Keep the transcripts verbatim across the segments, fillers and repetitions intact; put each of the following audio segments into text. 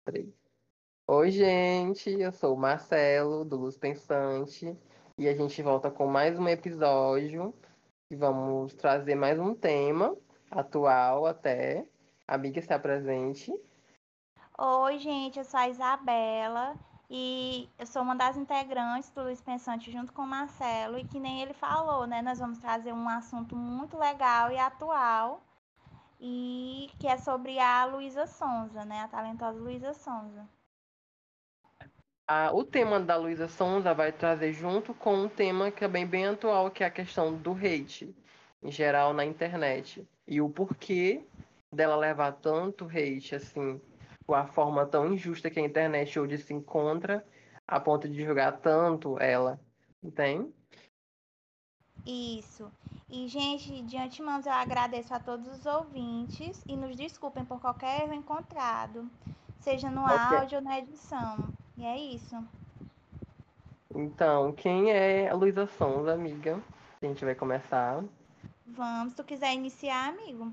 Três. Oi, gente, eu sou o Marcelo, do Luz Pensante, e a gente volta com mais um episódio e vamos trazer mais um tema atual até. Amiga, está presente. Oi, gente, eu sou a Isabela e eu sou uma das integrantes do Luiz Pensante junto com o Marcelo e que nem ele falou, né? Nós vamos trazer um assunto muito legal e atual e que é sobre a Luísa Sonza, né? A talentosa Luísa Sonza. Ah, o tema da Luísa Sonza vai trazer junto com um tema que é bem, bem atual, que é a questão do hate, em geral, na internet. E o porquê dela levar tanto hate, assim, com a forma tão injusta que a internet hoje se encontra, a ponto de julgar tanto ela. Entende? Isso. E, gente, de antemão eu agradeço a todos os ouvintes e nos desculpem por qualquer erro encontrado, seja no Ok. áudio ou na edição. E é isso. Então, quem é a Luísa Sonza, amiga? A gente vai começar. Vamos, se tu quiser iniciar, amigo.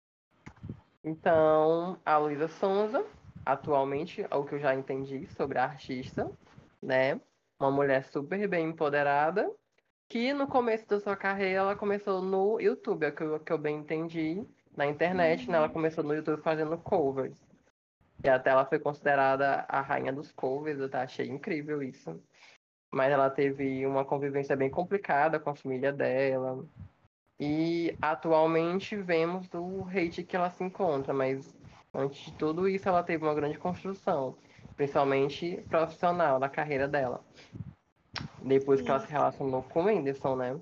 Então, a Luísa Sonza, atualmente, é o que eu já entendi sobre a artista, né? Uma mulher super bem empoderada, que no começo da sua carreira ela começou no YouTube, é o que eu, que eu bem entendi, na internet, né? Ela Uhum. começou no YouTube fazendo covers. E até ela foi considerada a rainha dos covers, eu tá? Achei incrível isso. Mas ela teve uma convivência bem complicada com a família dela. E atualmente vemos o hate que ela se encontra, mas antes de tudo isso ela teve uma grande construção, principalmente profissional na carreira dela. Depois que ela se Isso. relacionou com o Whindersson, né?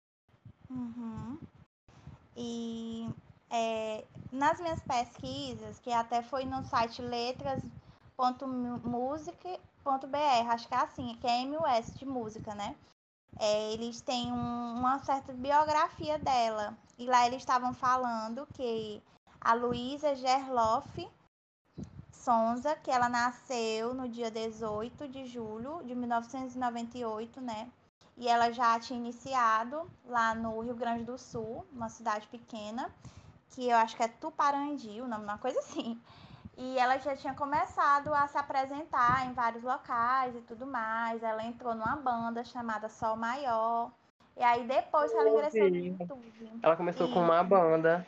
Uhum. E é, nas minhas pesquisas, que até foi no site letras ponto music ponto b r, acho que é assim, que é M U S de música, né? É, eles têm um- uma certa biografia dela. E lá eles estavam falando que a Luísa Gerloff Sonza, que ela nasceu no dia dezoito de julho de mil novecentos e noventa e oito, né? E ela já tinha iniciado lá no Rio Grande do Sul, uma cidade pequena, que eu acho que é Tuparandi, o nome, uma coisa assim. E ela já tinha começado a se apresentar em vários locais e tudo mais. Ela entrou numa banda chamada Sol Maior. E aí depois que ela ingressou no Ouvi. YouTube. Ela começou com uma Isso, banda.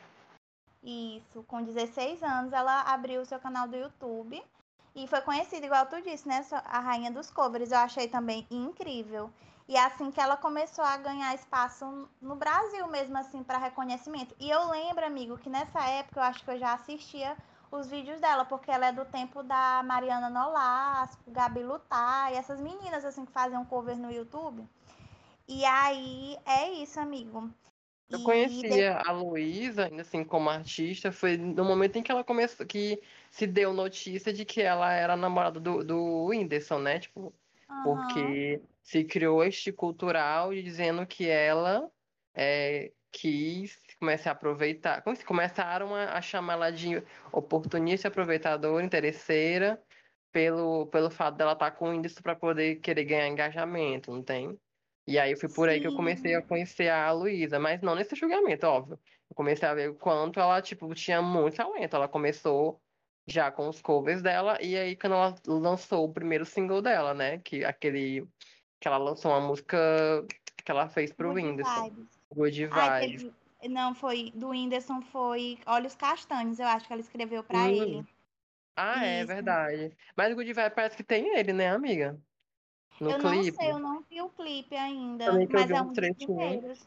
isso. Com dezesseis anos ela abriu o seu canal do YouTube. E foi conhecida, igual tu disse, né? A rainha dos covers. Eu achei também incrível. E é assim que ela começou a ganhar espaço no Brasil mesmo, assim, para reconhecimento. E eu lembro, amigo, que nessa época eu acho que eu já assistia os vídeos dela, porque ela é do tempo da Mariana Nolasco, Gabi Lutar, e essas meninas, assim, que faziam cover no YouTube. E aí, é isso, amigo. Eu E de... conhecia a Luísa, ainda assim, como artista, foi no momento em que ela começou, que se deu notícia de que ela era namorada do, do Whindersson, né? Tipo, Aham. porque se criou este cultural de dizendo que ela é, quis começar a aproveitar, como se começaram a, a chamá-la de oportunista, aproveitadora, interesseira, pelo, pelo fato dela estar com o Whindersson para poder querer ganhar engajamento, não tem? E aí foi por aí que eu comecei a Sim, conhecer a Luísa, mas não nesse julgamento, óbvio. Eu comecei a ver o quanto ela, tipo, tinha muito talento. Ela começou já com os covers dela, e aí quando ela lançou o primeiro single dela, né? Que aquele que ela lançou uma música que ela fez pro Good Whindersson, Vibes. Good Ai, Vibes. teve. Não, foi. Do Whindersson foi Olhos Castanhos, eu acho que ela escreveu pra Hum. ele. Ah, é Isso. verdade. Mas o Good Vibes parece que tem ele, né, amiga? No Eu não sei, eu clipe. não vi o clipe ainda, Também que eu mas vi é uns um dos trechinhos. primeiros.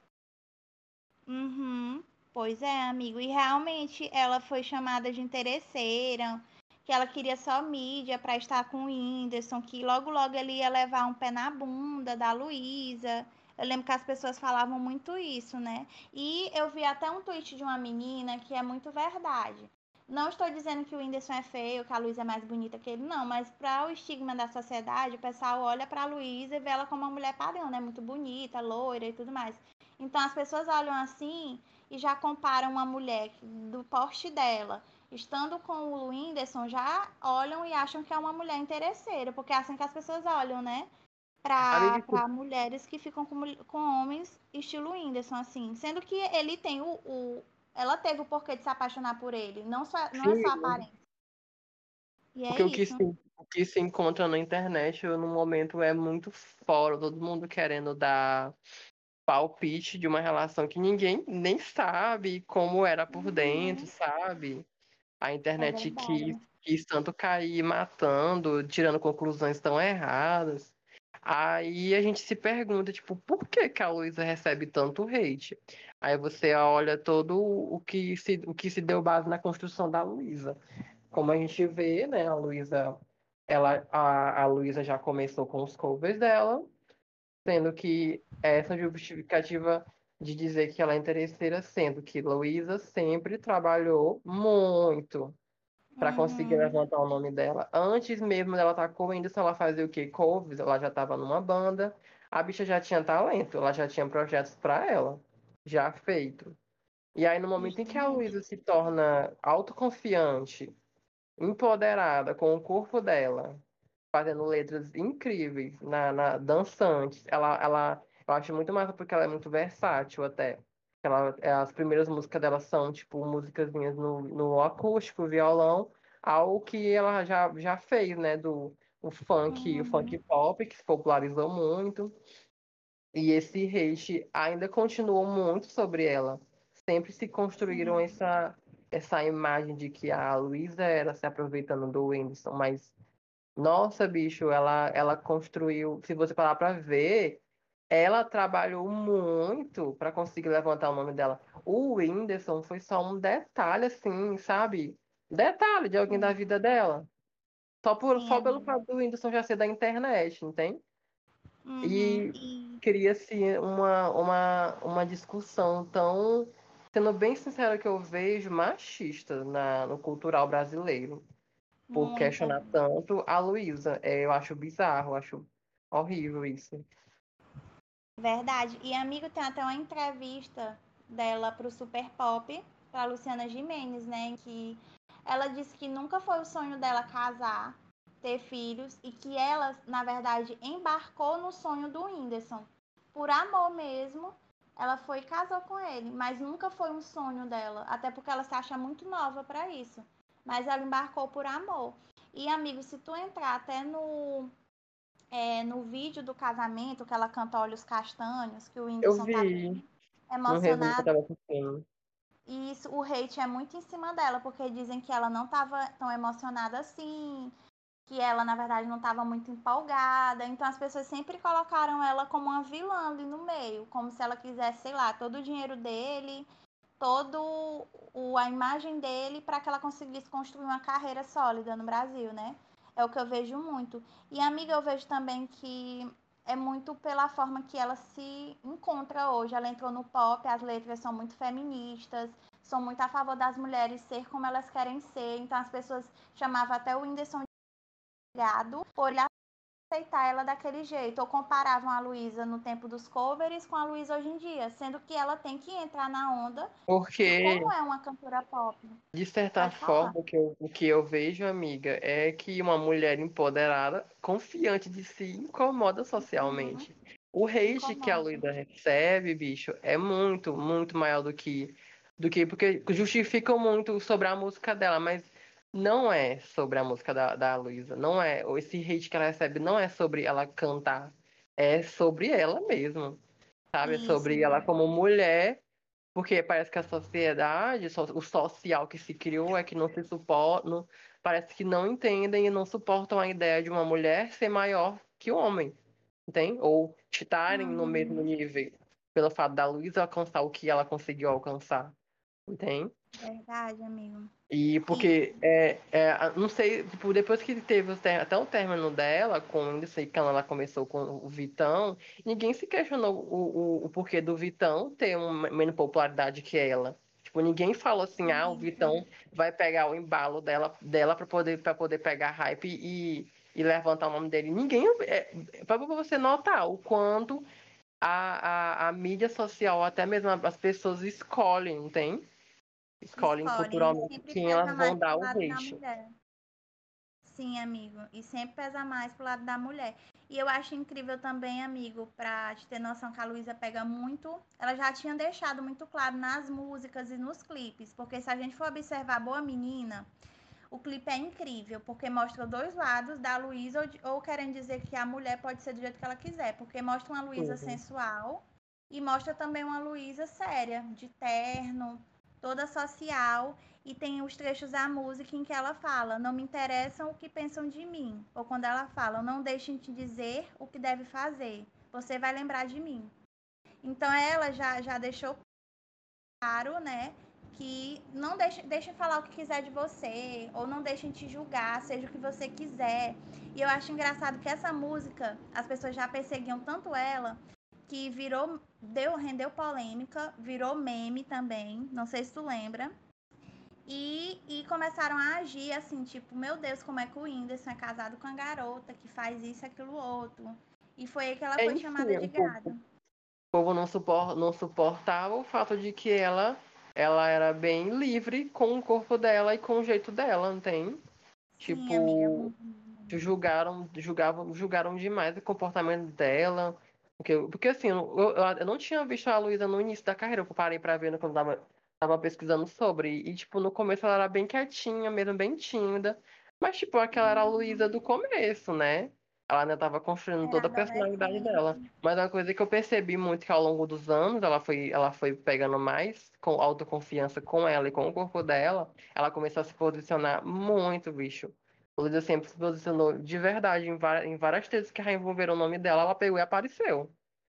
Uhum. Pois é, amigo. E realmente ela foi chamada de interesseira, que ela queria só mídia para estar com o Whindersson, que logo logo ele ia levar um pé na bunda da Luísa. Eu lembro que as pessoas falavam muito isso, né? E eu vi até um tweet de uma menina que é muito verdade. Não estou dizendo que o Whindersson é feio, que a Luísa é mais bonita que ele, não, mas para o estigma da sociedade, o pessoal olha para a Luísa e vê ela como uma mulher padrão, né? Muito bonita, loira e tudo mais. Então as pessoas olham assim e já comparam uma mulher do porte dela, estando com o Whindersson, já olham e acham que é uma mulher interesseira, porque é assim que as pessoas olham, né? Amiga, Para mulheres que ficam com, com homens estilo Whindersson, assim. Sendo que ele tem o, o. Ela teve o porquê de se apaixonar por ele. Não, só, não é só sim. aparência. E é Porque o que isso. se, o que se encontra na internet no momento é muito fora, todo mundo querendo dar palpite de uma relação que ninguém nem sabe como era por dentro, Uhum. sabe? A É internet quis, verdade. quis tanto cair matando, tirando conclusões tão erradas. Aí a gente se pergunta, tipo, por que que a Luísa recebe tanto hate? Aí você olha todo o que se, o que se deu base na construção da Luísa. Como a gente vê, né, a Luísa, ela, a, a Luísa já começou com os covers dela, sendo que essa justificativa de dizer que ela é interesseira, sendo que Luísa sempre trabalhou muito para conseguir Uhum. levantar o nome dela. Antes mesmo dela estar com o Whindersson, ela fazia o quê? Covers, ela já estava numa banda. A bicha já tinha talento, ela já tinha projetos para ela, já feito. E aí, no momento em que a Justamente. Luísa se torna autoconfiante, empoderada com o corpo dela, fazendo letras incríveis, na, na dançantes. Ela, ela, eu acho muito massa porque ela é muito versátil até. Ela, é, as primeiras músicas dela são, tipo, musicazinhas no, no acústico, violão, algo que ela já, já fez, né, do o funk, o Uhum. funk pop, que se popularizou muito. E esse hate ainda continuou muito sobre ela. Sempre se construíram Sim. essa, essa imagem de que a Luísa era se aproveitando do Whindersson, mas nossa, bicho, ela, ela construiu. Se você parar pra ver, ela trabalhou muito pra conseguir levantar o nome dela. O Whindersson foi só um detalhe, assim, sabe? Detalhe de alguém da Sim. vida dela. Só, por, Sim, só pelo amigo. fato do Whindersson já ser da internet, entende? Uhum. E E cria-se uma, uma, uma discussão tão, sendo bem sincero, que eu vejo machista na, no cultural brasileiro por muita, questionar amigo. tanto a Luísa. É, eu acho bizarro, eu acho horrível isso. Verdade. E amigo, tem até uma entrevista dela pro Super Pop, pra Luciana Gimenez, né? Em que ela disse que nunca foi o sonho dela casar, ter filhos, e que ela, na verdade, embarcou no sonho do Whindersson. Por amor mesmo, ela foi e casou com ele, mas nunca foi um sonho dela, até porque ela se acha muito nova para isso. Mas ela embarcou por amor. E amigo, se tu entrar até no é, no vídeo do casamento, que ela canta Olhos Castanhos, que o Eu Whindersson tá vi no resumo que eu emocionado. tava assistindo. E isso, o hate é muito em cima dela, porque dizem que ela não estava tão emocionada assim, que ela, na verdade, não estava muito empolgada. Então as pessoas sempre colocaram ela como uma vilã ali no meio, como se ela quisesse, sei lá, todo o dinheiro dele, todo o, a imagem dele para que ela conseguisse construir uma carreira sólida no Brasil, né? É o que eu vejo muito. E amiga, eu vejo também que é muito pela forma que ela se encontra hoje. Ela entrou no pop, as letras são muito feministas, são muito a favor das mulheres ser como elas querem ser. Então as pessoas chamavam até o Whindersson de gado por ele aceitar ela daquele jeito, ou comparavam a Luísa no tempo dos covers com a Luísa hoje em dia, sendo que ela tem que entrar na onda de Porque como é uma cantora pop. de certa Pode falar. forma, o que eu, o que eu vejo, amiga, é que uma mulher empoderada, confiante de si, incomoda Uhum. socialmente. O hate que a Incomoda. Luísa recebe, bicho, é muito, muito maior do que, do que, porque justificam muito sobre a música dela, mas não é sobre a música da, da Luísa, não é, esse hate que ela recebe não é sobre ela cantar, é sobre ela mesma, sabe? É Isso, sobre ela amiga. como mulher, porque parece que a sociedade, so- o social que se criou é que não se suporta, parece que não entendem e não suportam a ideia de uma mulher ser maior que o homem, entende? Ou estarem no mesmo Uhum. nível, pelo fato da Luísa alcançar o que ela conseguiu alcançar, entende? Verdade, amigo. E E porque, é, é, não sei, tipo, depois que teve o ter- até o término dela, com isso aí, quando ela começou com o Vitão, ninguém se questionou o, o, o porquê do Vitão ter uma menos popularidade que ela. Tipo, ninguém falou assim, ah, o isso, Vitão vai pegar o embalo dela, dela para poder, para poder pegar hype e, e levantar o nome dele. Ninguém, é, para você notar o quanto a, a, a mídia social, até mesmo as pessoas escolhem, não tem? Escolhem escolhem e culturalmente sempre quem pesa elas mais vão pro dar o lado da hate. mulher. Sim, amigo. E sempre pesa mais pro lado da mulher. E eu acho incrível também, amigo, pra te ter noção que a Luísa pega muito. Ela já tinha deixado muito claro nas músicas e nos clipes. Porque se a gente for observar Boa Menina, O clipe é incrível, porque mostra dois lados da Luísa, ou, ou querendo dizer que a mulher pode ser do jeito que ela quiser, porque mostra uma Luísa Uhum. sensual e mostra também uma Luísa séria, de terno, toda social, e tem os trechos da música em que ela fala: não me interessam o que pensam de mim, ou quando ela fala: não deixem te dizer o que deve fazer, você vai lembrar de mim. Então ela já, já deixou claro, né, que não deixem, deixem falar o que quiser de você, ou não deixem te julgar, seja o que você quiser. E eu acho engraçado que essa música, as pessoas já perseguiam tanto ela, que virou, deu, rendeu polêmica, virou meme também, não sei se tu lembra. E, e começaram a agir assim, tipo, meu Deus, como é que o Whindersson é casado com a garota que faz isso, aquilo, outro. E foi aí que ela É, foi enfim, chamada de o povo, o gado. povo não, supor, não suportava o fato de que ela, ela era bem livre com o corpo dela e com o jeito dela, não tem? Sim, amiga. Tipo, julgaram, julgavam, julgaram demais o comportamento dela. Porque, porque assim, eu, eu, eu não tinha visto a Luísa no início da carreira, eu parei pra ver né, quando tava, tava pesquisando sobre. E, tipo, no começo ela era bem quietinha, mesmo bem tímida. Mas, tipo, aquela era a Luísa do começo, né? Ela ainda tava construindo Era toda a personalidade dela. adolescente. Mas uma coisa que eu percebi muito que ao longo dos anos ela foi, ela foi pegando mais com autoconfiança com ela e com o corpo dela. Ela começou a se posicionar muito, bicho. Luísa sempre se posicionou de verdade em, va- em várias tretas que já envolveram o nome dela, ela pegou e apareceu.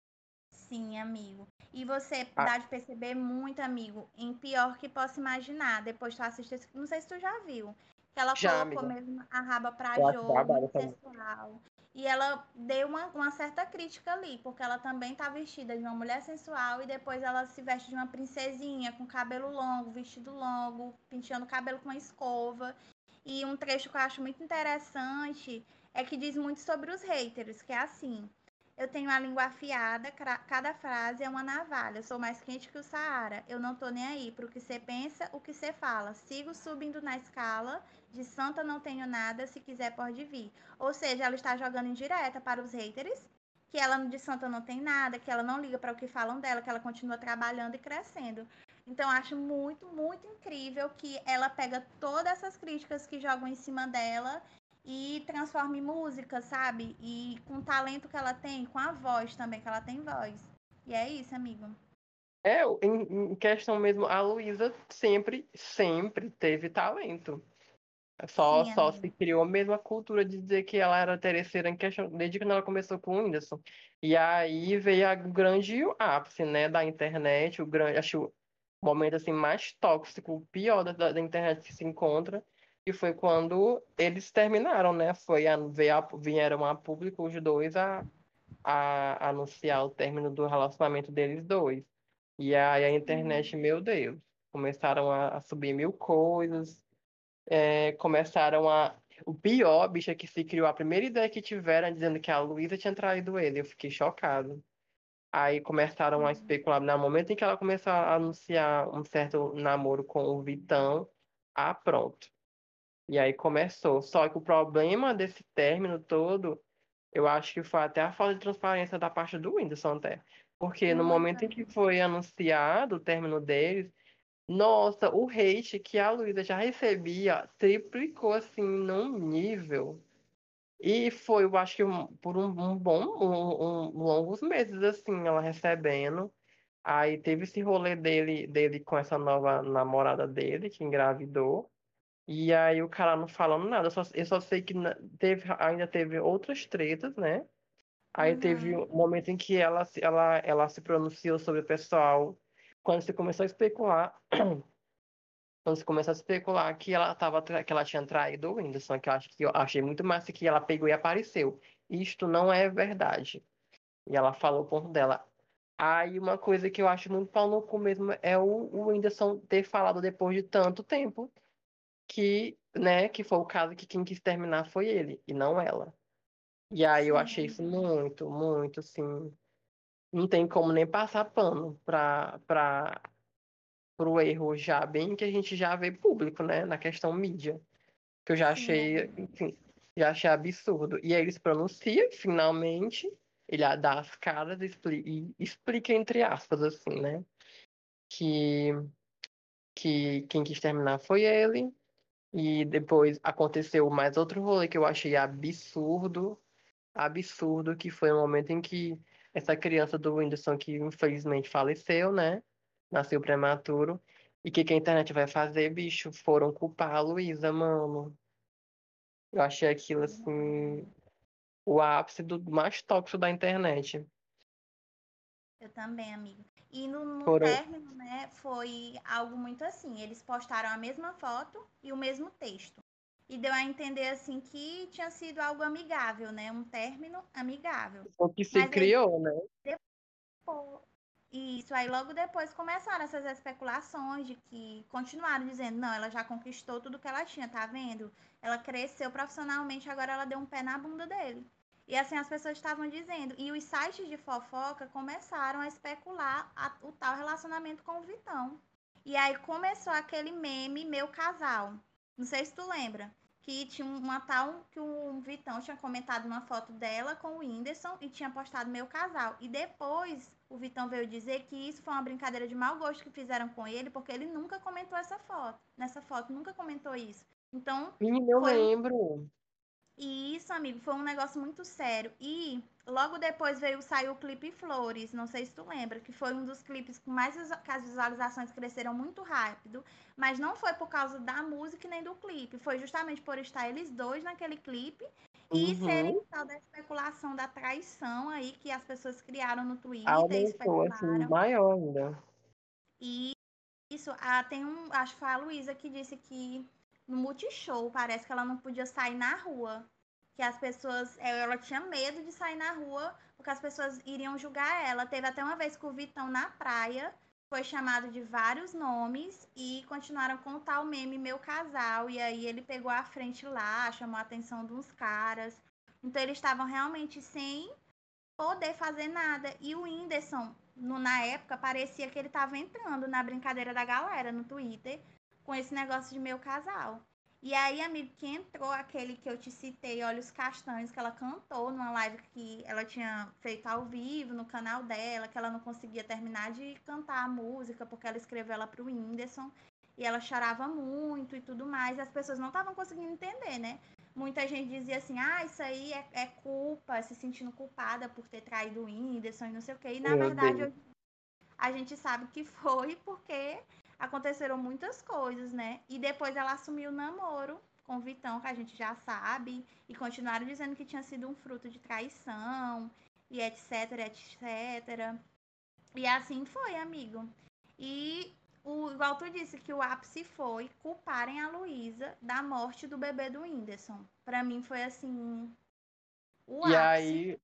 Sim, amigo. E você Ah, dá de perceber muito, amigo, em pior que possa imaginar. Depois tu assiste, esse- não sei se tu já viu, que ela já, colocou amiga. mesmo a raba pra Eu acho jogo, babado muito essa música. sensual. E ela deu uma, uma certa crítica ali, porque ela também tá vestida de uma mulher sensual e depois ela se veste de uma princesinha, com cabelo longo, vestido longo, penteando o cabelo com uma escova. E um trecho que eu acho muito interessante é que diz muito sobre os haters, que é assim: eu tenho a língua afiada, cada frase é uma navalha. Eu sou mais quente que o Saara. Eu não tô nem aí pro que você pensa, o que você fala. Sigo subindo na escala. De santa não tenho nada, se quiser pode vir. Ou seja, ela está jogando indireta para os haters, que ela de santa não tem nada, que ela não liga para o que falam dela, que ela continua trabalhando e crescendo. Então, acho muito, muito incrível que ela pega todas essas críticas que jogam em cima dela e transforma em música, sabe? E com o talento que ela tem, com a voz também, que ela tem voz. E é isso, amigo. É, em, em questão mesmo, a Luísa sempre, sempre teve talento. Só, Sim, só se amigo. criou mesmo a cultura de dizer que ela era terceira em questão, desde quando ela começou com o Whindersson. E aí veio a- o grande ápice, né, da internet, o grande, acho, o momento assim mais tóxico, o pior da, da da internet que se encontra, e foi quando eles terminaram, né? Foi a, veio a- vieram a público os dois a, a anunciar o término do relacionamento deles dois. E aí a internet, meu Deus, começaram a, a subir mil coisas é, começaram a. O pior, bicho, é que se criou a primeira ideia que tiveram dizendo que a Luísa tinha traído ele. Eu fiquei chocado. Aí começaram a especular. No momento em que ela começou a anunciar um certo namoro com o Vitão, ah, pronto. E aí começou. Só que o problema desse término todo, eu acho que foi até a falta de transparência da parte do Whindersson até. Porque no Muito, momento em que foi anunciado o término deles, nossa, o hate que a Luísa já recebia triplicou assim num nível. E foi, eu acho que um- por um, um bom, um, um- longos meses assim, ela recebendo. Aí teve esse rolê dele, dele com essa nova namorada dele, que engravidou. E aí o cara não falando nada. Eu só, eu só sei que na- teve, ainda teve outras tretas, né? Aí teve Uhum. um momento em que ela, se- ela, ela se pronunciou sobre o pessoal. Quando se começou a especular. Então se começou a especular que ela tava, tra- que ela tinha traído o Whindersson, que eu acho que eu achei muito massa que ela pegou e apareceu. Isto não é verdade. E ela falou o ponto dela. Aí uma coisa que eu acho muito pau no cu mesmo é o, o Whindersson ter falado depois de tanto tempo que, né, que foi o caso que quem quis terminar foi ele e não ela. E aí eu achei isso Sim, muito, muito, assim, não tem como nem passar pano pra, pra, pro erro já bem que a gente já vê público, né, na questão mídia. Que eu já sim, achei, amigo. enfim, já achei absurdo. E aí ele se pronuncia, finalmente, ele dá as caras e expli- e explica, entre aspas, assim, né? Que, que quem quis terminar foi ele. E depois aconteceu mais outro rolê que eu achei absurdo, absurdo, que foi o momento em que essa criança do Whindersson, que infelizmente faleceu, né? Nasceu prematuro. E o que que a internet vai fazer, bicho? Foram culpar a Luísa, mano. Eu achei aquilo, assim, o ápice do mais tóxico da internet. Eu também, amigo. E no, no Foram. término, né, foi algo muito assim. Eles postaram a mesma foto e o mesmo texto. E deu a entender assim que tinha sido algo amigável, né? Um término amigável. O que se Mas aí criou, né? depois, isso aí logo depois começaram essas especulações de que continuaram dizendo, não, ela já conquistou tudo que ela tinha, tá vendo? Ela cresceu profissionalmente, agora ela deu um pé na bunda dele. E assim as pessoas estavam dizendo. E os sites de fofoca começaram a especular a, o tal relacionamento com o Vitão. E aí começou aquele meme Meu Casal. Não sei se tu lembra. Que tinha uma tal que o Vitão tinha comentado uma foto dela com o Whindersson e tinha postado Meu Casal. E depois o Vitão veio dizer que isso foi uma brincadeira de mau gosto que fizeram com ele, porque ele nunca comentou essa foto. Nessa foto, nunca comentou isso. Então, Menina, eu foi um lembro. e isso, amigo, foi um negócio muito sério. E logo depois veio sair o clipe Flores, não sei se tu lembra, que foi um dos clipes com mais visual- que as visualizações cresceram muito rápido, mas não foi por causa da música nem do clipe, foi justamente por estar eles dois naquele clipe e serem Uhum. o tal da especulação da traição aí que as pessoas criaram no Twitter e Aumentou, assim, especularam. maior ainda. E isso, ah, tem um, acho que foi a Luísa que disse que no Multishow parece que ela não podia sair na rua. Que as pessoas, eh, ela tinha medo de sair na rua porque as pessoas iriam julgar ela. Teve até uma vez que o Vitão na praia foi chamado de vários nomes e continuaram com o tal meme Meu Casal. E aí ele pegou a frente lá, chamou a atenção de uns caras. Então eles estavam realmente sem poder fazer nada. E o Whindersson, no, na época, parecia que ele estava entrando na brincadeira da galera no Twitter com esse negócio de meu casal. E aí, amigo, que entrou aquele que eu te citei, Olhos Castanhos, que ela cantou numa live que ela tinha feito ao vivo no canal dela, que ela não conseguia terminar de cantar a música porque ela escreveu ela pro Whindersson e ela chorava muito e tudo mais. E as pessoas não estavam conseguindo entender, né? Muita gente dizia assim, ah, isso aí é, é culpa, se sentindo culpada por ter traído o Whindersson e não sei o quê. E na Meu verdade Deus. a gente sabe que foi porque aconteceram muitas coisas, né? E depois ela assumiu o namoro com o Vitão, que a gente já sabe, e continuaram dizendo que tinha sido um fruto de traição, e etc, etcétera. E assim foi, amigo. E o, igual tu disse, que o ápice foi culparem a Luísa da morte do bebê do Whindersson. Pra mim foi assim, o E ápice. aí,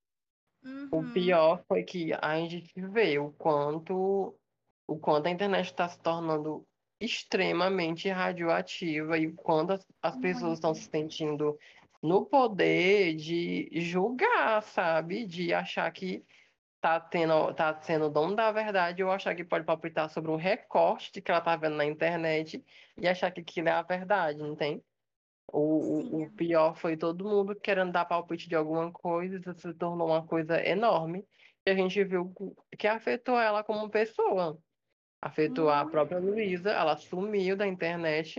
o Uhum, pior foi que a gente vê o quanto, o quanto a internet está se tornando extremamente radioativa e quando as, as pessoas estão muito. se sentindo no poder de julgar, sabe? De achar que tá tendo, tá sendo o dono da verdade ou achar que pode palpitar sobre um recorte de que ela tá vendo na internet e achar que aquilo é a verdade, não tem? O, o, o Sim, pior foi todo mundo querendo dar palpite de alguma coisa, isso se tornou uma coisa enorme. E a gente viu que afetou ela como pessoa. Afetou a própria muito. Luísa, ela sumiu da internet,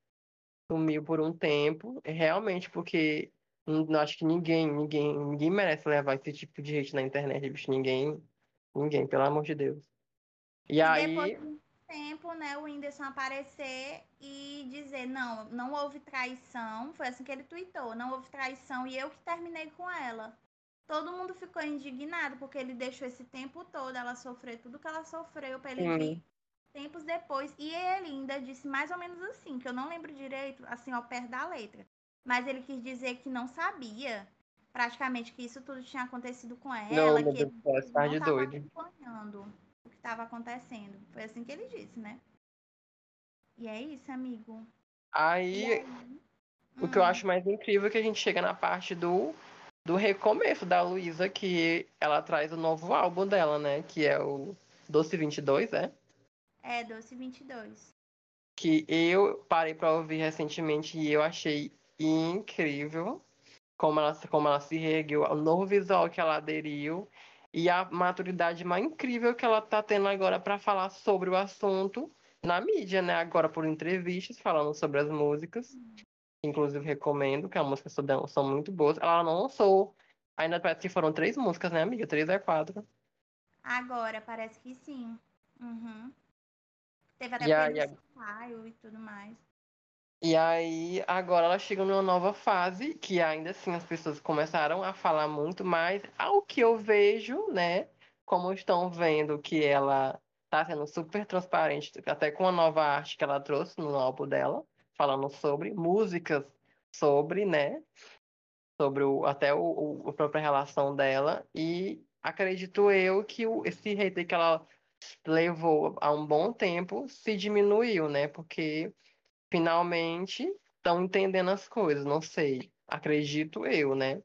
sumiu por um tempo, realmente, porque não acho que ninguém, ninguém, ninguém merece levar esse tipo de gente na internet, bicho. Ninguém, ninguém, pelo amor de Deus. E E depois aí, de um tempo, né, o Whindersson aparecer e dizer, não, não houve traição. Foi assim que ele tweetou, não houve traição e eu que terminei com ela. Todo mundo ficou indignado porque ele deixou esse tempo todo ela sofrer tudo que ela sofreu para ele vir sim, tempos depois. E ele ainda disse mais ou menos assim, que eu não lembro direito, assim, ao pé da letra. Mas ele quis dizer que não sabia, praticamente, que isso tudo tinha acontecido com não, ela, meu que Deus ele, do céu, esse ele par não de estava doido. acompanhando o que estava acontecendo. Foi assim que ele disse, né? E é isso, amigo. E Aí, aí? o que eu Hum, acho mais incrível é que a gente chega na parte do, do recomeço da Luísa, que ela traz o novo álbum dela, né? Que é o Doce vinte e dois, é? é, doze vinte e dois. Que eu parei pra ouvir recentemente e eu achei incrível como ela, como ela se reergueu, o novo visual que ela aderiu e a maturidade mais incrível que ela tá tendo agora pra falar sobre o assunto na mídia, né? Agora por entrevistas falando sobre as músicas. Inclusive recomendo, que as músicas são são muito boas. Ela não lançou. Ainda parece que foram três músicas, né, amiga? Três é quatro. Agora, parece que sim. Uhum. Teve até E aí, Pedro Sampaio e tudo mais. e aí, agora ela chega numa nova fase, que ainda assim as pessoas começaram a falar muito mais. Ao que eu vejo, né? Como estão vendo que ela tá sendo super transparente, até com a nova arte que ela trouxe no álbum dela, falando sobre músicas, sobre, né? Sobre o, até o, o- a própria relação dela. E acredito eu que o, esse hate que ela levou há um bom tempo se diminuiu, né? Porque finalmente estão entendendo as coisas, não sei. Acredito eu, né?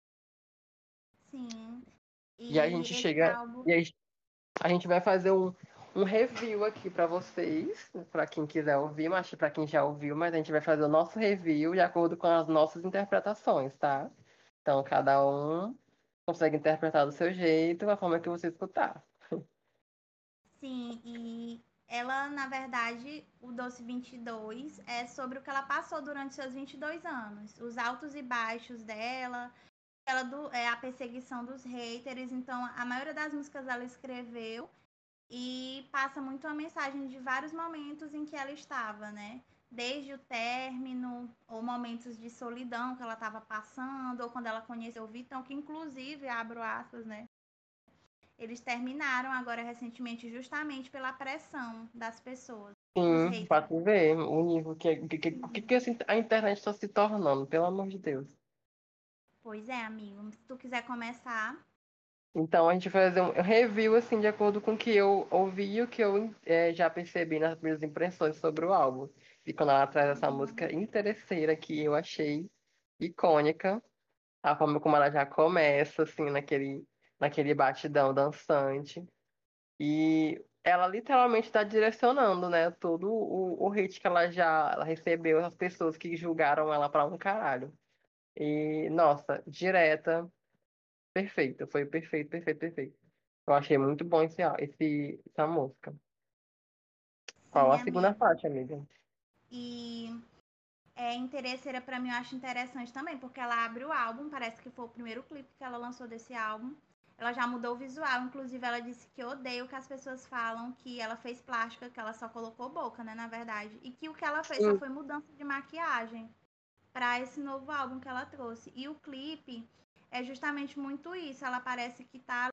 Sim. E a E gente esse chega. álbum, E aí a gente vai fazer um, um review aqui pra vocês, pra quem quiser ouvir, mas pra quem já ouviu, mas a gente vai fazer o nosso review de acordo com as nossas interpretações, tá? Então cada um consegue interpretar do seu jeito, a forma que você escutar. sim, e ela, na verdade, o Doce vinte e dois é sobre o que ela passou durante seus vinte e dois anos, os altos e baixos dela, ela do, é, a perseguição dos haters. Então, a maioria das músicas ela escreveu e passa muito a mensagem de vários momentos em que ela estava, né? Desde o término, ou momentos de solidão que ela estava passando, ou quando ela conheceu o Vitão, que inclusive, abro aspas, né? Eles terminaram agora recentemente justamente pela pressão das pessoas, dos Sim, pra haters. tu ver o nível que, que, que, que, que essa- a internet está se tornando, pelo amor de Deus. Pois é, amigo. Se tu quiser começar, Então a gente vai fazer um review assim de acordo com o que eu ouvi e o que eu eh, já percebi nas minhas impressões sobre o álbum. E quando ela traz essa música interesseira que eu achei icônica, a forma como ela já começa assim naquele naquele batidão dançante e ela literalmente está direcionando, né, todo o, o hate que ela já ela recebeu, as pessoas que julgaram ela pra um caralho. E nossa, direta. Perfeito, foi perfeito, perfeito, perfeito. Eu achei muito bom esse, á- esse, essa música. Qual sim, a segunda amigo. parte, amiga? E é interesseira pra mim, eu acho interessante também, porque ela abre o álbum, parece que foi o primeiro clipe que ela lançou desse álbum. Ela já mudou o visual, inclusive ela disse que odeia o que as pessoas falam, que ela fez plástica, que ela só colocou boca, né, na verdade. E que o que ela fez só Sim, foi mudança de maquiagem para esse novo álbum que ela trouxe. E o clipe é justamente muito isso. Ela parece que tá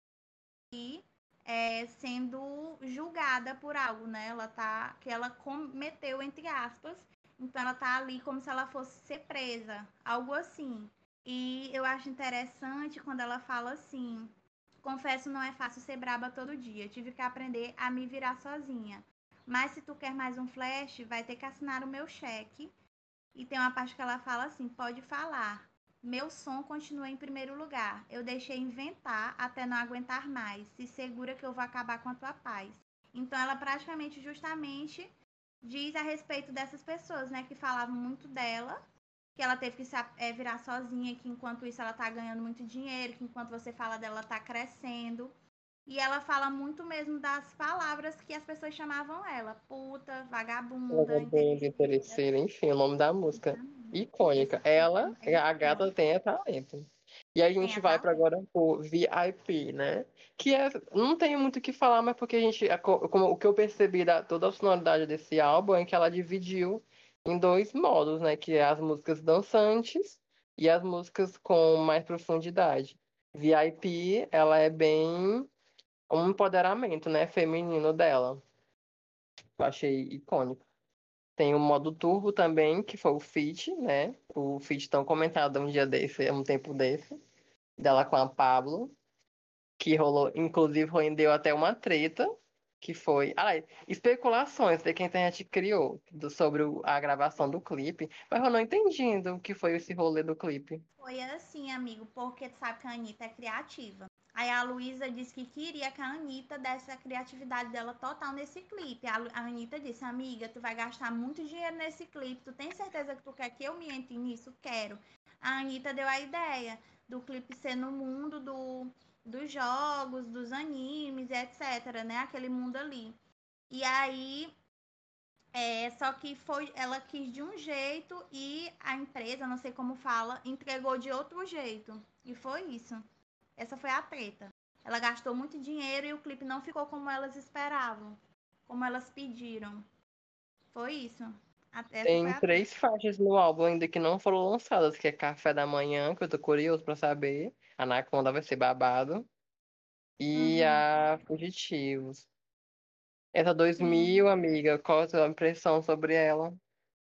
ali é, sendo julgada por algo, né? Ela tá que ela cometeu entre aspas. Então ela tá ali como se ela fosse ser presa, algo assim. E eu acho interessante quando ela fala assim: confesso, não é fácil ser braba todo dia. Tive que aprender a me virar sozinha. Mas se tu quer mais um flash, vai ter que assinar o meu cheque. E tem uma parte que ela fala assim: pode falar. Meu som continua em primeiro lugar. Eu deixei inventar até não aguentar mais. Se segura que eu vou acabar com a tua paz. Então ela praticamente justamente diz a respeito dessas pessoas, né, que falavam muito dela, que ela teve que se é, virar sozinha, que enquanto isso ela tá ganhando muito dinheiro, que enquanto você fala dela, ela tá crescendo. E ela fala muito mesmo das palavras que as pessoas chamavam ela: puta, vagabunda, Vagabunda, interesseira. interesseira, enfim, o nome da música. Icônica. Esse Ela, é a Gata icônico. tem é talento. E a Tem gente a vai para talento. agora pro V I P, né? Que é, não tenho muito o que falar, mas porque a gente, a co- como, o que eu percebi da toda a sonoridade desse álbum é que ela dividiu em dois modos, né? Que é as músicas dançantes e as músicas com mais profundidade. V I P, ela é bem um empoderamento, né, feminino dela. Eu achei icônico. Tem o modo turbo também, que foi o feat, né? O feat tão comentado um dia desse, um tempo desse, dela com a Pablo, que rolou, inclusive rendeu até uma treta, que foi, ah, especulações de que a internet criou do- sobre o- a gravação do clipe, mas eu não entendi ainda o que foi esse rolê do clipe. Foi assim, amigo, porque tu sabe que a Anitta é criativa. Aí a Luísa disse que queria que a Anitta desse a criatividade dela total nesse clipe. A, Lu- a Anitta disse: amiga, tu vai gastar muito dinheiro nesse clipe, tu tem certeza que tu quer que eu me entre nisso? Quero. A Anitta deu a ideia do clipe ser no mundo do, dos jogos, dos animes, etcétera, né? Aquele mundo ali. E aí É, só que foi, ela quis de um jeito e a empresa, não sei como fala, entregou de outro jeito. E foi isso. Essa foi a treta. Ela gastou muito dinheiro e o clipe não ficou como elas esperavam, como elas pediram. Foi isso. A- Essa foi Tem a treta. três faixas no álbum ainda que não foram lançadas, que é Café da Manhã, que eu tô curioso pra saber. Anaconda vai ser babado. E Uhum. a Fugitivos. Essa dois Sim. mil, amiga, qual a sua impressão sobre ela?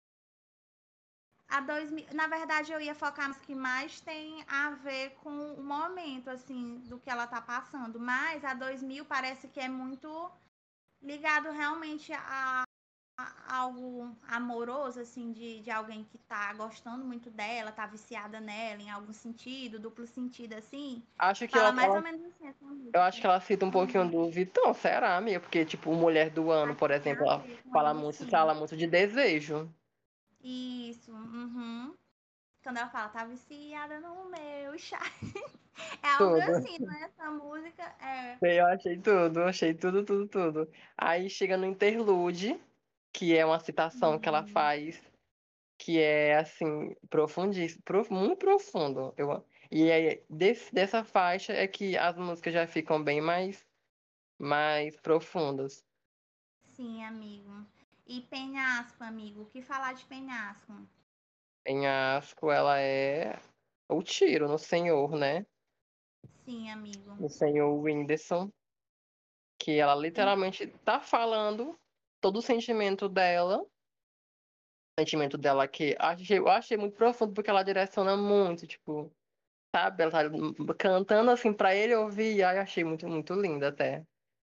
A dois mil, na verdade, eu ia focar nos que mais tem a ver com o momento, assim, do que ela tá passando. Mas a dois mil parece que é muito ligado realmente a, a algo amoroso, assim, de, de alguém que tá gostando muito dela, tá viciada nela em algum sentido, duplo sentido, assim. Acho que Fala ela, mais ou ela- menos assim essa eu acho música. que ela cita um pouquinho Uhum. do Vitão, será, amiga? Porque, tipo, Mulher do Ano, Acho por que tem exemplo, a ela ver com fala ele, muito, sim. fala muito de desejo. Isso. Uhum. Quando ela fala, tá viciada no meu chá. É algo Tudo. assim, não é? Essa música é. Eu achei tudo, achei tudo, tudo, tudo. Aí chega no interlude, que é uma citação que ela Sim, faz, que é assim, profundíssimo, prof- muito profundo. Eu, e aí, desse, dessa faixa é que as músicas já ficam bem mais, mais profundas. sim, amigo. E penhasco, amigo. O que falar de penhasco? Penhasco, ela é o tiro no Senhor, né? Sim, amigo. No Senhor Whindersson, que ela E literalmente tá falando todo o sentimento dela. Sentimento dela que achei, eu achei muito profundo porque ela direciona muito, tipo, sabe? Ela tá cantando assim pra ele ouvir, e aí achei muito, muito linda até.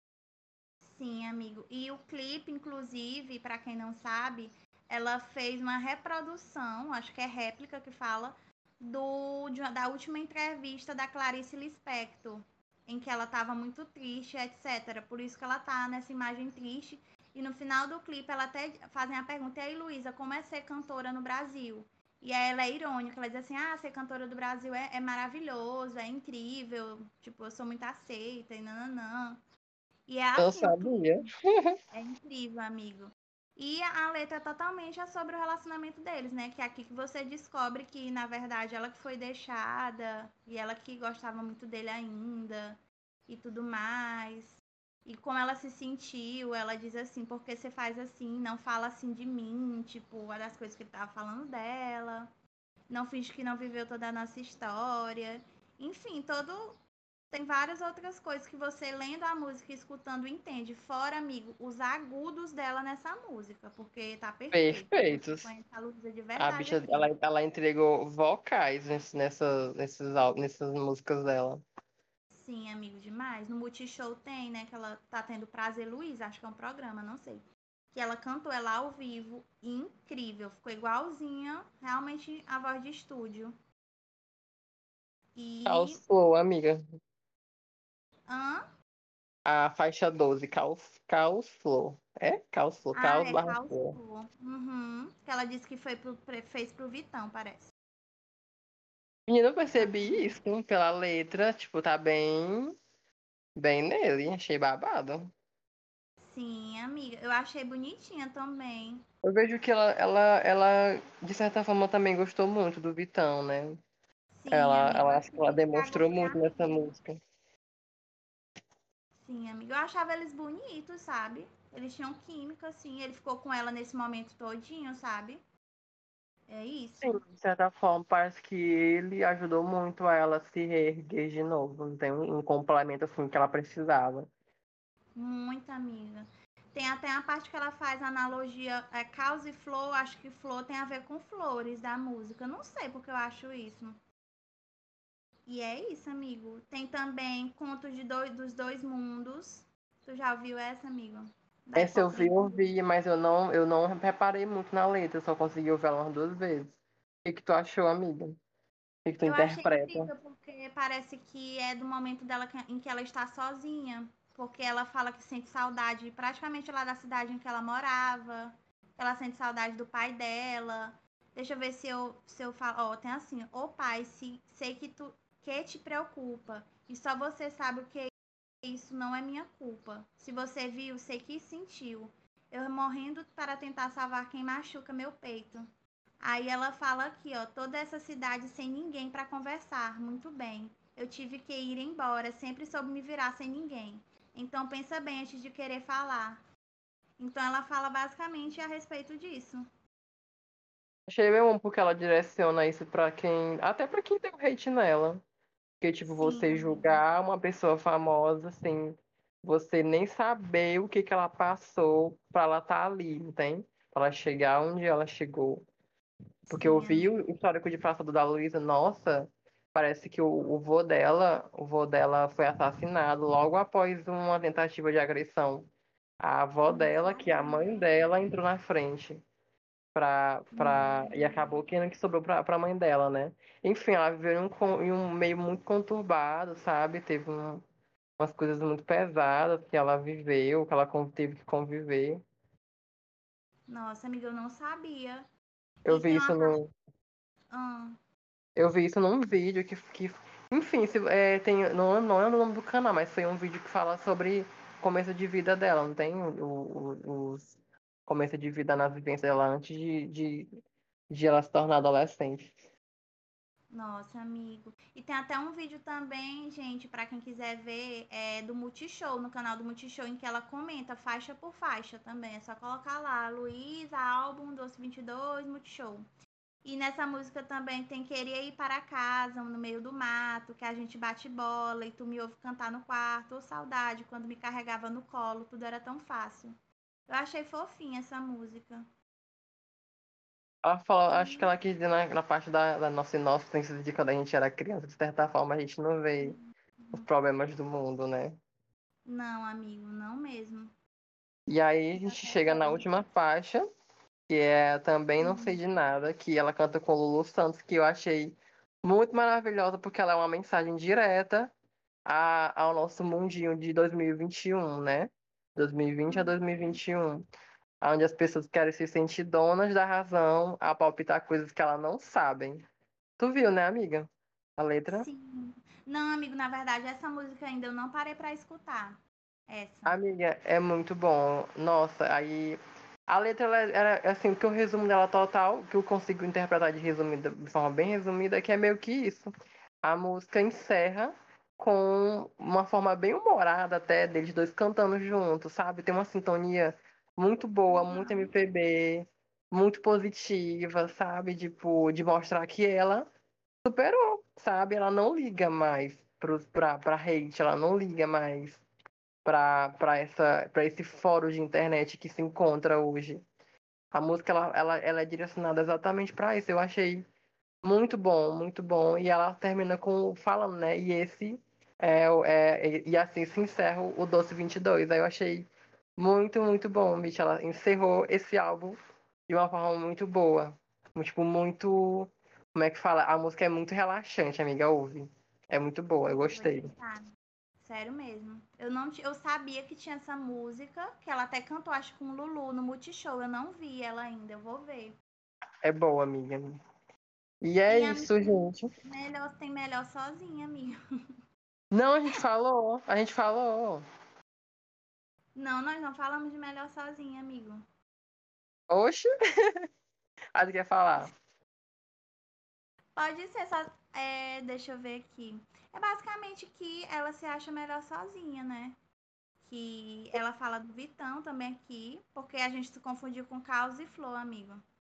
sim, amigo. E o clipe, inclusive, para quem não sabe, ela fez uma reprodução, acho que é réplica que fala, do de uma- da última entrevista da Clarice Lispector, em que ela estava muito triste, etcétera. Por isso que ela tá nessa imagem triste. E no final do clipe ela até fazem a pergunta: "E aí, Luísa, como é ser cantora no Brasil?" E aí ela é irônica, ela diz assim: "Ah, ser cantora do Brasil é, é maravilhoso, é incrível, tipo, eu sou muito aceita e nananã." E é Eu assim o clipe. sabia. É incrível, amigo. E a letra é totalmente é sobre o relacionamento deles, né? Que é aqui que você descobre que, na verdade, ela que foi deixada e ela que gostava muito dele ainda e tudo mais. E como ela se sentiu, ela diz assim, por que você faz assim? Não fala assim de mim, tipo, uma das coisas que ele tava falando dela. Não finge que não viveu toda a nossa história. Enfim, todo tem várias outras coisas que você lendo a música e escutando entende. Fora, amigo, os agudos dela nessa música, porque tá perfeito. Você Perfeitos. conhece a Luísa de A verdade bicha, aqui. ela, ela entregou vocais nesse- nessa, nesses, ál- nessas músicas dela. Sim, amigo, demais. No Multishow tem, né, que ela tá tendo Prazer Luiz, acho que é um programa, não sei. Que ela cantou ela ao vivo, incrível. Ficou igualzinha, realmente, a voz de estúdio. E... Caos Flow, amiga. Hã? A faixa doze Caos, Caos Flow. É? Caos Flow, Ah, Caos é barra Flow. Calçou. Uhum. Que ela disse que foi pro, fez pro Vitão, parece. Menina, eu percebi Exatamente. isso pela letra, tipo, tá bem, bem nele, achei babado. Sim, amiga. Eu achei bonitinha também. Eu vejo que ela, ela, ela, de certa forma, também gostou muito do Vitão, né? Sim, Ela, amiga. Eu ela acho acho que que ela quem estragou demonstrou foi a muito nessa Luísa. música. Sim, amiga. Eu achava eles bonitos, sabe? Eles tinham química, assim. Ele ficou com ela nesse momento todinho, sabe? É isso. Sim, de certa forma, parece que ele ajudou muito a ela se reerguer de novo. Não tem um, um complemento assim que ela precisava. Muita amiga. Tem até a parte que ela faz analogia, é, causa e flor. Acho que flor tem a ver com flores da música. Não sei porque eu acho isso. E é isso, amigo. Tem também Contos de dois, dos Dois Mundos. Tu já ouviu essa, amigo? Da Essa eu vi, eu Hipocrisia. vi, mas eu não, eu não reparei muito na letra, eu só consegui ouvir ela umas duas vezes. O que que tu achou, amiga? O que que tu Eu achei interpreta? incrível porque parece que é do momento dela que- em que ela está sozinha. Porque ela fala que sente saudade praticamente lá da cidade em que ela morava. Ela sente saudade do pai dela. Deixa eu ver se eu, se eu falo. Ó, tem assim: Ô pai, se, sei que tu que te preocupa. E só você sabe o que é isso, não é minha culpa. Se você viu, sei que sentiu. eu morrendo para tentar salvar quem machuca meu peito. Aí ela fala aqui, ó, toda essa cidade sem ninguém para conversar, muito bem. Eu tive que ir embora, sempre soube me virar sem ninguém. Então pensa bem antes de querer falar. Então ela fala basicamente a respeito disso. Achei bem bom porque ela direciona isso pra quem. Até pra quem tem um hate nela. Porque, tipo, Sim, você amigo. julgar uma pessoa famosa, assim, você nem saber o que que ela passou pra ela estar ali, entende? Pra ela chegar onde ela chegou. Porque eu Sim, vi amigo. o histórico de passado da Luísa, nossa, parece que o, o vô dela, o vô dela foi assassinado logo após uma tentativa de agressão. A avó Não dela, que é a mãe sabia. dela, entrou na frente. Pra, pra, Meu e Deus. acabou que que sobrou pra, pra mãe dela, né? Enfim, ela viveu em um, con- em um meio muito conturbado, sabe? Teve um- umas coisas muito pesadas que ela viveu, que ela con- teve que conviver. Nossa, amiga, eu não sabia. Eu E vi tem isso uma parte. no, Ah, eu vi isso num vídeo que, que enfim, se, é, tem, não, não é o nome do canal, mas foi um vídeo que fala sobre o começo de vida dela, não tem o, o, os começo de vida na vivência dela antes de, de, de ela se tornar adolescente. nossa, amigo. E tem até um vídeo também, gente, pra quem quiser ver, é do Multishow, no canal do Multishow, em que ela comenta faixa por faixa também. É só colocar lá, Luísa, álbum Doce vinte e dois, Multishow. E nessa música também tem Queria Ir para casa, no meio do mato, que a gente bate bola e tu me ouve cantar no quarto, ou saudade, quando me carregava no colo, tudo era tão fácil. Eu achei fofinha essa música. Ela falou, acho que E ela quis dizer na, na parte da, da nossa inocência de quando a gente era criança, de certa forma a gente não vê os problemas do mundo, né? não, amigo, não mesmo. E aí a Eu gente até chega na vejo. última faixa, que é Também Não Sei Hum, de Nada, que ela canta com Lulu Santos, que eu achei muito maravilhosa, porque ela é uma mensagem direta a, ao nosso mundinho de dois mil e vinte e um, né? dois mil e vinte a hum. dois mil e vinte e um, onde as pessoas querem se sentir donas da razão a palpitar coisas que elas não sabem. Tu viu, né, amiga? A letra? Sim. Não, amigo, na verdade, essa música ainda eu não parei pra escutar. Essa. Amiga, é muito bom. Nossa, aí a letra ela era assim, o que eu resumo dela total, o que eu consigo interpretar de resumida, de forma bem resumida, é que é meio que isso. A música encerra com uma forma bem humorada até deles dois cantando juntos, sabe? Tem uma sintonia muito boa, muito Uhum. M P B, muito positiva, sabe? Tipo, de mostrar que ela superou, sabe? Ela não liga mais pros, pra, pra hate, ela não liga mais para para essa para esse fórum de internet que se encontra hoje. A música ela, ela, ela é direcionada exatamente para isso. Eu achei muito bom, muito bom. E ela termina com falando, né? E esse é, o- é e assim se encerra o Doce vinte e dois. Aí eu achei muito, muito bom, bicho. Ela encerrou esse álbum de uma forma muito boa. Tipo, muito. Como é que fala? A música é muito relaxante, amiga. Ouve. É muito boa, eu Eu vou gostei. escutar. Sério mesmo. Eu não, ti- eu sabia que tinha essa música, que ela até cantou, acho, com o Lulu no Multishow. Eu não vi ela ainda, eu vou ver. É boa, amiga. E é E a isso, gente. melhor tem melhor sozinha, amiga. Não, a gente falou, a gente falou. Não, nós não falamos de melhor sozinha, amigo. Oxe, a gente quer falar. Pode ser só. É, deixa eu ver aqui. É basicamente que ela se acha melhor sozinha, né? Que ela fala do Vitão também aqui, porque a gente se confundiu com Caos e Flor, amigo.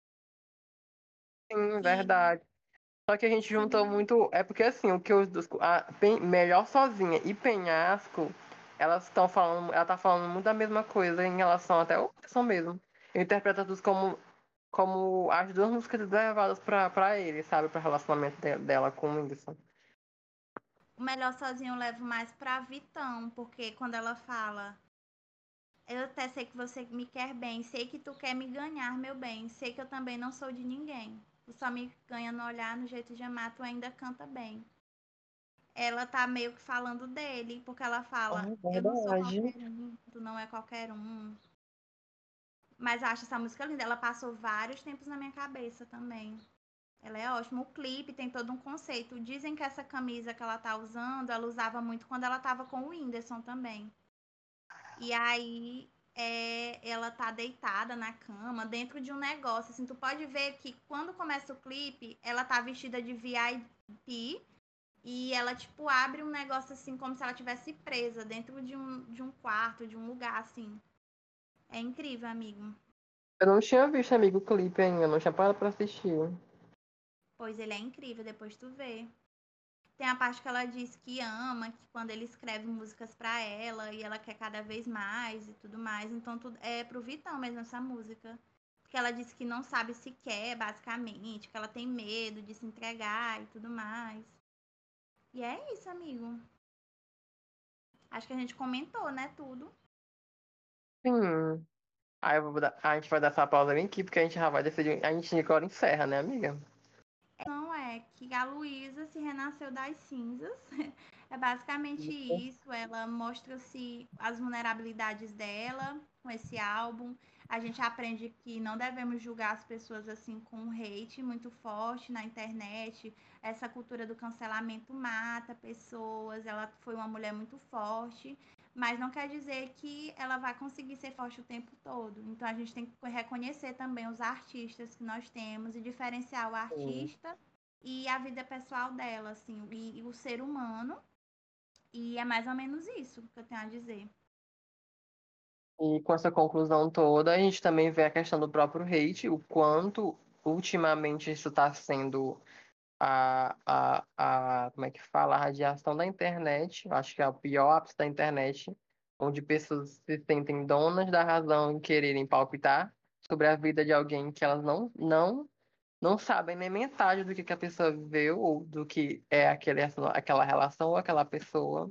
Sim, Que verdade. Só que a gente juntou sim, muito. É porque assim, o que os dos. A Pen- Melhor Sozinha e Penhasco, elas estão falando. Ela tá falando muito da mesma coisa em relação até o som mesmo. Eu interpreto as duas como, como as duas músicas levadas pra, pra ele, sabe? Pra relacionamento de- dela com o Whindersson. o melhor sozinho eu levo mais pra Vitão, porque quando ela fala, eu até sei que você me quer bem, sei que tu quer me ganhar, meu bem, sei que eu também não sou de ninguém. Tu só me ganha no olhar, no jeito de amar, tu ainda canta bem. Ela tá meio que falando dele, porque ela Ah, fala, eu não sou verdade. qualquer um, tu não é qualquer um. Mas eu acho essa música linda, ela passou vários tempos na minha cabeça também. Ela é ótima. O clipe tem todo um conceito. Dizem que essa camisa que ela tá usando, ela usava muito quando ela tava com o Whindersson também. E aí é, ela tá deitada na cama, dentro de um negócio. Assim, tu pode ver que quando começa o clipe, ela tá vestida de V I P e ela, tipo, abre um negócio assim, como se ela tivesse presa dentro de um, de um quarto, de um lugar, assim. É incrível, amigo. Eu não tinha visto, amigo, o clipe ainda, eu não tinha parado pra assistir. Pois ele é incrível, depois tu vê. Tem a parte que ela diz que ama, que quando ele escreve músicas pra ela e ela quer cada vez mais e tudo mais. Então tudo é pro Vitão mesmo essa música. Porque ela disse que não sabe se quer, basicamente, que ela tem medo de se entregar e tudo mais. E é isso, amigo. Acho que a gente comentou, né, tudo. Sim. Aí eu vou dar, a gente vai dar essa pausa bem aqui, porque a gente já vai decidir. A gente agora encerra, né, amiga? Não é que a Luísa se renasceu das cinzas. É basicamente isso. Ela mostra-se as vulnerabilidades dela com esse álbum. A gente aprende que não devemos julgar as pessoas assim com um hate muito forte na internet. Essa cultura do cancelamento mata pessoas. Ela foi uma mulher muito forte, mas não quer dizer que ela vai conseguir ser forte o tempo todo. Então a gente tem que reconhecer também os artistas que nós temos e diferenciar o Sim. artista e a vida pessoal dela, assim, e, e o ser humano. E é mais ou menos isso que eu tenho a dizer. E com essa conclusão toda, a gente também vê a questão do próprio hate, o quanto ultimamente isso está sendo a, a, a, como é que fala? A radiação da internet. Eu acho que é o pior ápice da internet, onde pessoas se sentem donas da razão em quererem palpitar sobre a vida de alguém que elas não, não, não sabem nem metade do que, que a pessoa viveu ou do que é aquele, aquela relação ou aquela pessoa.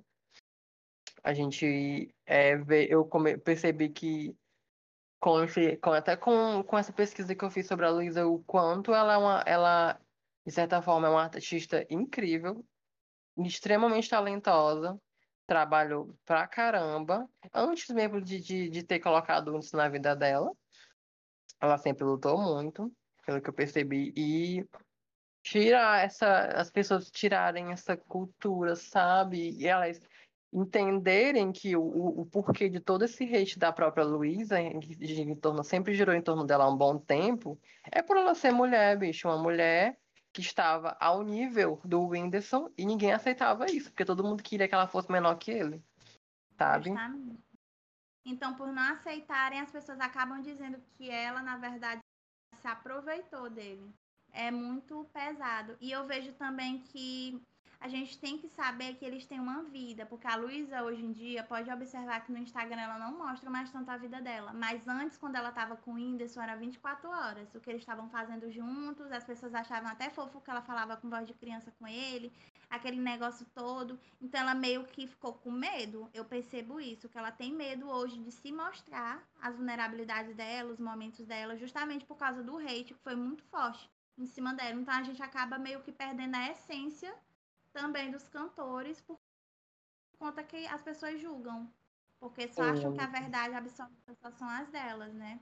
A gente é, vê, eu come- percebi que com esse, com, até com, com essa pesquisa que eu fiz sobre a Luísa, o quanto ela é uma, ela, de certa forma, é uma artista incrível, extremamente talentosa, trabalhou pra caramba, antes mesmo de, de, de ter colocado isso na vida dela, ela sempre lutou muito, pelo que eu percebi, e tirar essa, as pessoas tirarem essa cultura, sabe? E elas entenderem que o, o, o porquê de todo esse hate da própria Luísa, em, que gira em torno, sempre girou em torno dela há um bom tempo, é por ela ser mulher, bicho, uma mulher que estava ao nível do Whindersson e ninguém aceitava isso, porque todo mundo queria que ela fosse menor que ele, sabe? Justamente. Então, por não aceitarem, as pessoas acabam dizendo que ela, na verdade, se aproveitou dele. É muito pesado. E eu vejo também que a gente tem que saber que eles têm uma vida, porque a Luísa hoje em dia pode observar que no Instagram ela não mostra mais tanto a vida dela, mas antes quando ela estava com o Whindersson era vinte e quatro horas, o que eles estavam fazendo juntos, as pessoas achavam até fofo que ela falava com voz de criança com ele, aquele negócio todo. Então ela meio que ficou com medo. Eu percebo isso, que ela tem medo hoje de se mostrar as vulnerabilidades dela, os momentos dela, justamente por causa do hate que foi muito forte em cima dela. Então a gente acaba meio que perdendo a essência também dos cantores por conta que as pessoas julgam. Porque só acham que a Sim. verdade absoluta só são as delas, né?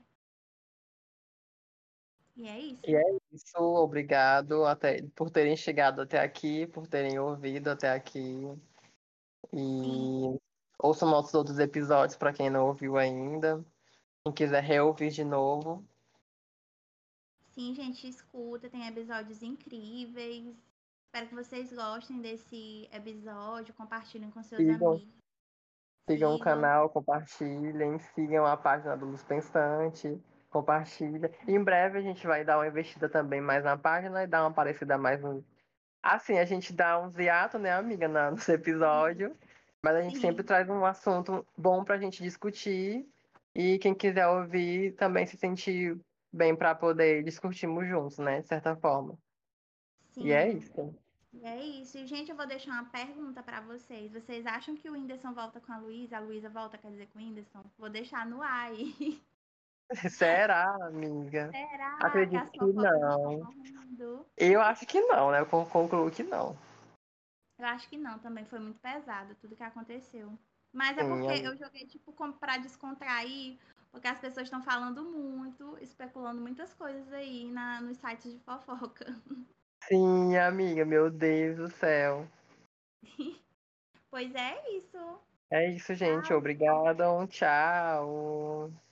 E é E isso. é isso, obrigado até, por terem chegado até aqui, por terem ouvido até aqui. Sim, E ouça nossos outros episódios para quem não ouviu ainda. Quem quiser reouvir de novo, sim, gente, escuta, tem episódios incríveis. Espero que vocês gostem desse episódio, compartilhem com seus sigam, amigos, sigam o sigam. canal, compartilhem, sigam a página do Luz Pensante, compartilha. E em breve a gente vai dar uma investida também mais na página e dar uma parecida mais no. Assim, a gente dá um hiato, né, amiga, na, nesse episódio, mas a gente sempre Sim, traz um assunto bom pra gente discutir. E quem quiser ouvir também se sentir bem para poder discutirmos juntos, né, de certa forma. E é sim. isso. É isso. E, gente, eu vou deixar uma pergunta pra vocês. Vocês acham que o Whindersson volta com a Luísa? A Luísa volta, quer dizer, com o Whindersson? Vou deixar no ar aí. Será, amiga? Será que Acredito as que fofocas estão não. morrendo? Eu acho que não, né? Eu con- concluo que não. Eu acho que não, também foi muito pesado tudo que aconteceu. Mas é Sim, porque am- eu joguei, tipo, como pra descontrair, porque as pessoas estão falando muito, especulando muitas coisas aí na, nos sites de fofoca. sim, amiga, meu Deus do céu. Pois é isso. É isso, gente. Tchau. Obrigado. Tchau.